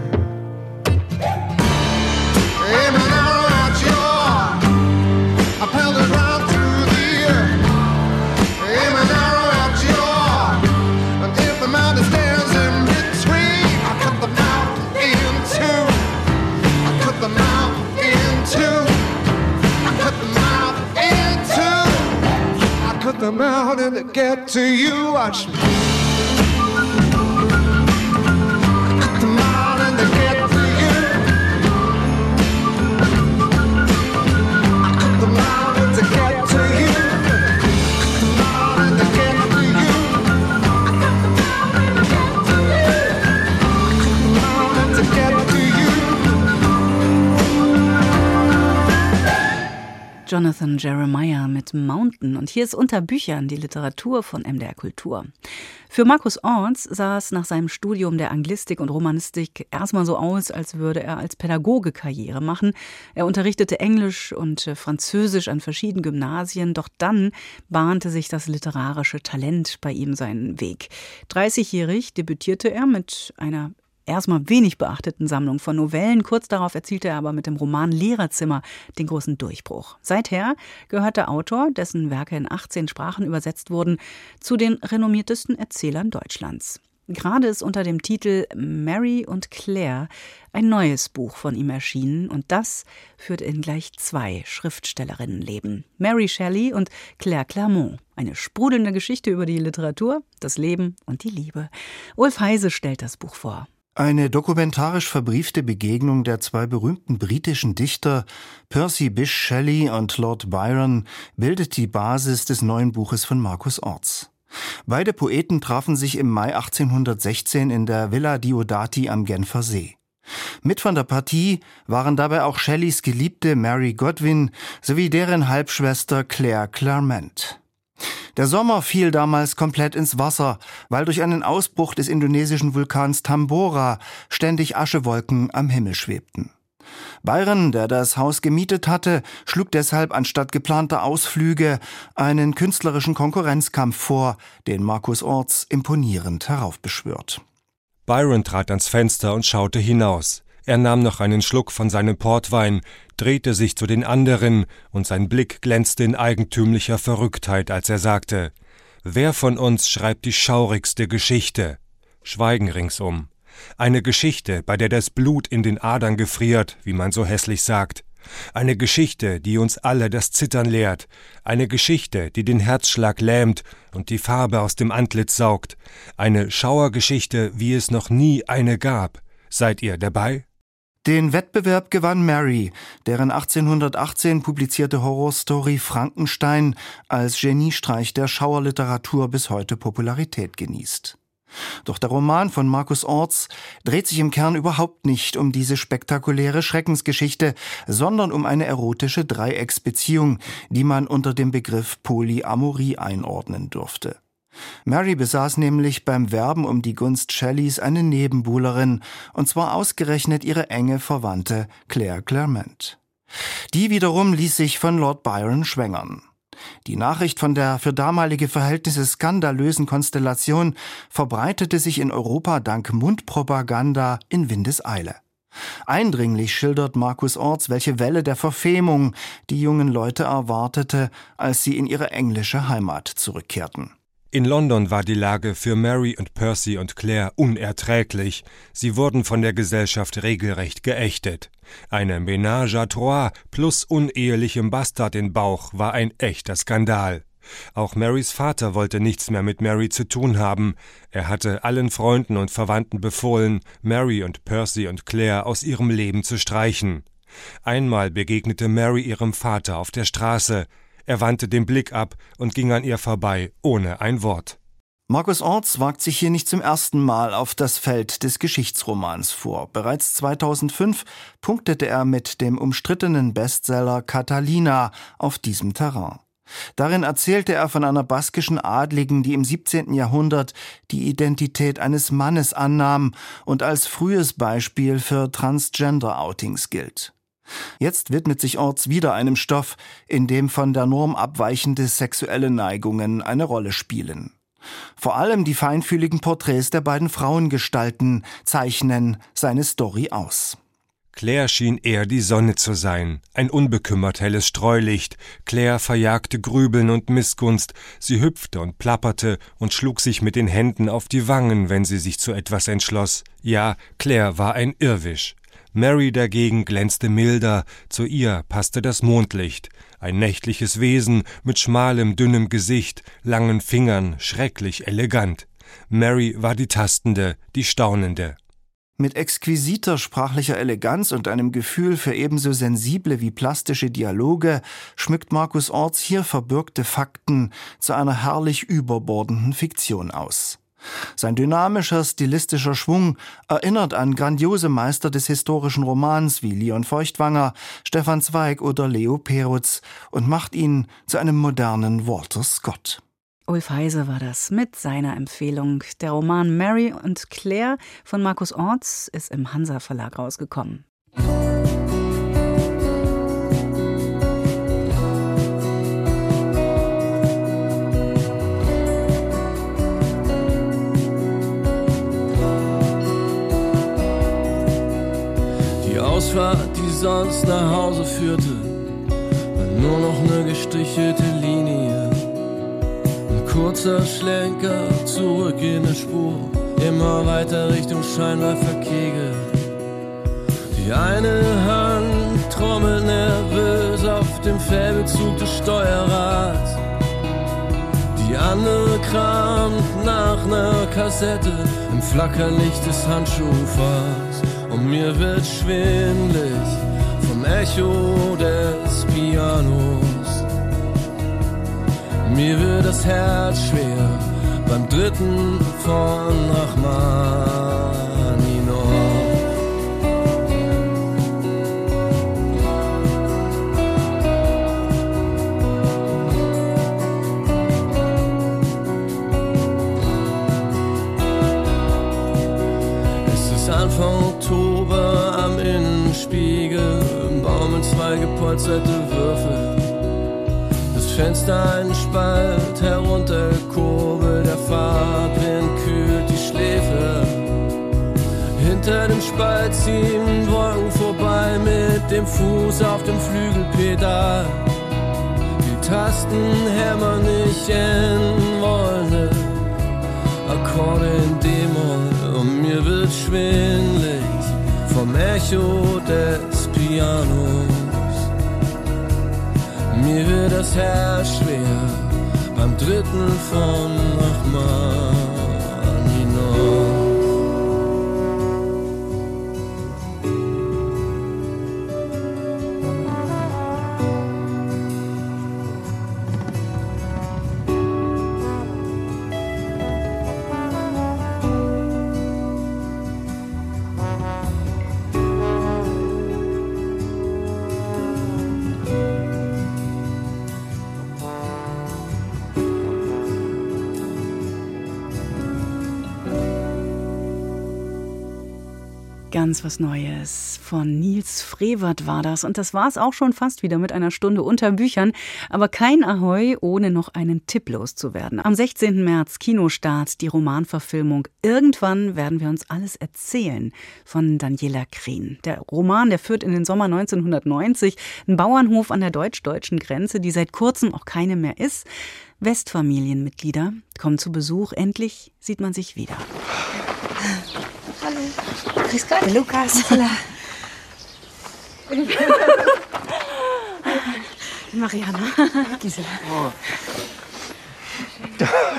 Hey, man, I don't want you. I pound the ground through the air. Hey, man, I don't want you. And if the mountain stands in between, I cut the mountain in two. I cut the mountain in two. I cut the mountain in two. I cut the mountain to get to you. Watch me. Jonathan Jeremiah mit Mountain. Und hier ist unter Büchern die Literatur von M D R Kultur. Für Markus Orts sah es nach seinem Studium der Anglistik und Romanistik erstmal so aus, als würde er als Pädagoge Karriere machen. Er unterrichtete Englisch und Französisch an verschiedenen Gymnasien, doch dann bahnte sich das literarische Talent bei ihm seinen Weg. dreißigjährig debütierte er mit einer erstmal wenig beachteten Sammlung von Novellen. Kurz darauf erzielte er aber mit dem Roman Lehrerzimmer den großen Durchbruch. Seither gehört der Autor, dessen Werke in achtzehn Sprachen übersetzt wurden, zu den renommiertesten Erzählern Deutschlands. Gerade ist unter dem Titel Mary und Claire ein neues Buch von ihm erschienen und das führt in gleich zwei Schriftstellerinnenleben. Mary Shelley und Claire Clairmont. Eine sprudelnde Geschichte über die Literatur, das Leben und die Liebe. Ulf Heise stellt das Buch vor. Eine dokumentarisch verbriefte Begegnung der zwei berühmten britischen Dichter Percy Bysshe Shelley und Lord Byron bildet die Basis des neuen Buches von Markus Orts. Beide Poeten trafen sich im Mai achtzehnhundertsechzehn in der Villa Diodati am Genfer See. Mit von der Partie waren dabei auch Shelleys Geliebte Mary Godwin sowie deren Halbschwester Claire Clairmont. Der Sommer fiel damals komplett ins Wasser, weil durch einen Ausbruch des indonesischen Vulkans Tambora ständig Aschewolken am Himmel schwebten. Byron, der das Haus gemietet hatte, schlug deshalb anstatt geplanter Ausflüge einen künstlerischen Konkurrenzkampf vor, den Markus Orts imponierend heraufbeschwört. Byron trat ans Fenster und schaute hinaus. Er nahm noch einen Schluck von seinem Portwein, drehte sich zu den anderen und sein Blick glänzte in eigentümlicher Verrücktheit, als er sagte: »Wer von uns schreibt die schaurigste Geschichte?« Schweigen ringsum. Eine Geschichte, bei der das Blut in den Adern gefriert, wie man so hässlich sagt. Eine Geschichte, die uns alle das Zittern lehrt. Eine Geschichte, die den Herzschlag lähmt und die Farbe aus dem Antlitz saugt. Eine Schauergeschichte, wie es noch nie eine gab. Seid ihr dabei? Den Wettbewerb gewann Mary, deren achtzehnhundertachtzehn publizierte Horrorstory Frankenstein als Geniestreich der Schauerliteratur bis heute Popularität genießt. Doch der Roman von Markus Orts dreht sich im Kern überhaupt nicht um diese spektakuläre Schreckensgeschichte, sondern um eine erotische Dreiecksbeziehung, die man unter dem Begriff Polyamorie einordnen dürfte. Mary besaß nämlich beim Werben um die Gunst Shelleys eine Nebenbuhlerin, und zwar ausgerechnet ihre enge Verwandte Claire Clairmont. Die wiederum ließ sich von Lord Byron schwängern. Die Nachricht von der für damalige Verhältnisse skandalösen Konstellation verbreitete sich in Europa dank Mundpropaganda in Windeseile. Eindringlich schildert Markus Orts, welche Welle der Verfemung die jungen Leute erwartete, als sie in ihre englische Heimat zurückkehrten. In London war die Lage für Mary und Percy und Claire unerträglich. Sie wurden von der Gesellschaft regelrecht geächtet. Eine Ménage à trois plus unehelichem Bastard in Bauch war ein echter Skandal. Auch Marys Vater wollte nichts mehr mit Mary zu tun haben. Er hatte allen Freunden und Verwandten befohlen, Mary und Percy und Claire aus ihrem Leben zu streichen. Einmal begegnete Mary ihrem Vater auf der Straße. Er wandte den Blick ab und ging an ihr vorbei, ohne ein Wort. Markus Orts wagt sich hier nicht zum ersten Mal auf das Feld des Geschichtsromans vor. Bereits zweitausendfünf punktete er mit dem umstrittenen Bestseller Catalina auf diesem Terrain. Darin erzählte er von einer baskischen Adligen, die im siebzehnten Jahrhundert die Identität eines Mannes annahm und als frühes Beispiel für Transgender-Outings gilt. Jetzt widmet sich Orts wieder einem Stoff, in dem von der Norm abweichende sexuelle Neigungen eine Rolle spielen. Vor allem die feinfühligen Porträts der beiden Frauengestalten zeichnen seine Story aus. Claire schien eher die Sonne zu sein, ein unbekümmert helles Streulicht. Claire verjagte Grübeln und Missgunst. Sie hüpfte und plapperte und schlug sich mit den Händen auf die Wangen, wenn sie sich zu etwas entschloss. Ja, Claire war ein Irrwisch. Mary dagegen glänzte milder, zu ihr passte das Mondlicht. Ein nächtliches Wesen mit schmalem, dünnem Gesicht, langen Fingern, schrecklich elegant. Mary war die Tastende, die Staunende. Mit exquisiter sprachlicher Eleganz und einem Gefühl für ebenso sensible wie plastische Dialoge schmückt Markus Orts hier verbürgte Fakten zu einer herrlich überbordenden Fiktion aus. Sein dynamischer, stilistischer Schwung erinnert an grandiose Meister des historischen Romans wie Leon Feuchtwanger, Stefan Zweig oder Leo Perutz und macht ihn zu einem modernen Walter Scott. Ulf Heise war das mit seiner Empfehlung. Der Roman Mary und Claire von Markus Orts ist im Hansa Verlag rausgekommen. Die Ausfahrt, die sonst nach Hause führte, war nur noch eine gestrichelte Linie. Ein kurzer Schlenker zurück in die Spur, immer weiter Richtung Scheinwerferkegel. Die eine Hand trommelt nervös auf dem Fellbezug des Steuerrads. Die andere kramt nach einer Kassette im Flackerlicht des Handschuhfachs. Und mir wird schwindlig vom Echo des Pianos. Mir wird das Herz schwer beim dritten von Rachmaninoff. Anfang Oktober am Innenspiegel, im Baum zwei gepolsterte Würfel. Das Fenster einen Spalt herunterkurbelt, der Fahrtwind kühlt die Schläfe. Hinter dem Spalt ziehen Wolken vorbei mit dem Fuß auf dem Flügelpedal. Die Tasten hämmern nicht in wollende Akkorde in D-Moll. Und mir wird schwindlig vom Echo des Pianos. Mir wird das Herz schwer beim dritten von Rachmaninoff. Ganz was Neues. Von Nils Frevert war das. Und das war es auch schon fast wieder mit einer Stunde unter Büchern. Aber kein Ahoi, ohne noch einen Tipp loszuwerden. Am sechzehnten März Kinostart, die Romanverfilmung Irgendwann werden wir uns alles erzählen von Daniela Krien. Der Roman, der führt in den Sommer neunzehnhundertneunzig einen Bauernhof an der deutsch-deutschen Grenze, die seit kurzem auch keine mehr ist. Westfamilienmitglieder kommen zu Besuch. Endlich sieht man sich wieder. Hallo. Grüß Gott. Lukas. Hola. Mariana. Gisela. Oh.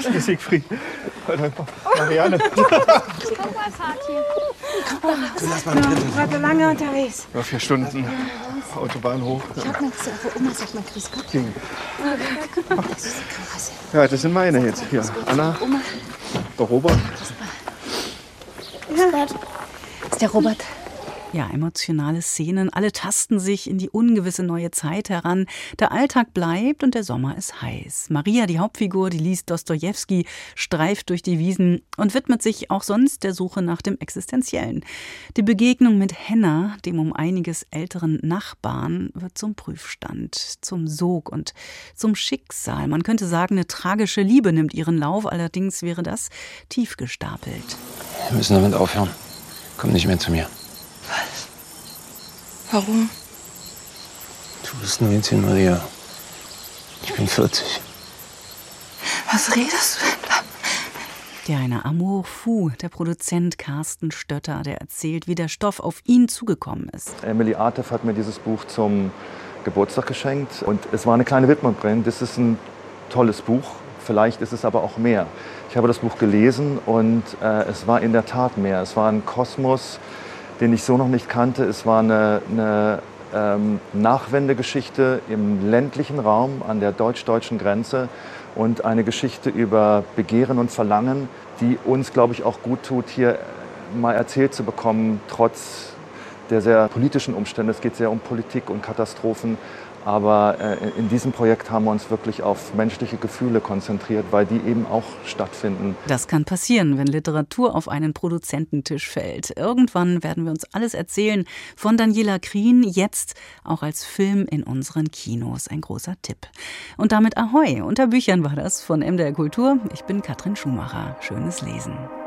Siegfried. Marianne. Guck mal, Vati. Du lass mal drin. Ich war so lange unterwegs. Ja, vier Stunden. Autobahn hoch. Ich hab nichts, aber Oma sagt mal Grüß Gott. Ging. Das ist krass. Ja, das sind meine jetzt. Hier, Anna, Oma. der Robert. Ja. Das ist der Robert. Ja, emotionale Szenen, alle tasten sich in die ungewisse neue Zeit heran. Der Alltag bleibt und der Sommer ist heiß. Maria, die Hauptfigur, die liest Dostojewski, streift durch die Wiesen und widmet sich auch sonst der Suche nach dem Existenziellen. Die Begegnung mit Henna, dem um einiges älteren Nachbarn, wird zum Prüfstand, zum Sog und zum Schicksal. Man könnte sagen, eine tragische Liebe nimmt ihren Lauf, allerdings wäre das tief gestapelt. Wir müssen damit aufhören. Komm nicht mehr zu mir. Was? Warum? Du bist neunzehn, Maria. Ich bin vierzig. Was redest du denn da? Ja, eine Amour fou, der Produzent Carsten Stötter, der erzählt, wie der Stoff auf ihn zugekommen ist. Emily Artef hat mir dieses Buch zum Geburtstag geschenkt und es war eine kleine Widmung drin. Das ist ein tolles Buch, vielleicht ist es aber auch mehr. Ich habe das Buch gelesen und äh, es war in der Tat mehr. Es war ein Kosmos, den ich so noch nicht kannte. Es war eine, eine ähm, Nachwendegeschichte im ländlichen Raum an der deutsch-deutschen Grenze und eine Geschichte über Begehren und Verlangen, die uns, glaube ich, auch gut tut, hier mal erzählt zu bekommen, trotz der sehr politischen Umstände. Es geht sehr um Politik und Katastrophen. Aber äh, in diesem Projekt haben wir uns wirklich auf menschliche Gefühle konzentriert, weil die eben auch stattfinden. Das kann passieren, wenn Literatur auf einen Produzententisch fällt. Irgendwann werden wir uns alles erzählen von Daniela Krien, jetzt auch als Film in unseren Kinos. Ein großer Tipp. Und damit Ahoi. Unter Büchern war das von M D R Kultur. Ich bin Katrin Schumacher. Schönes Lesen.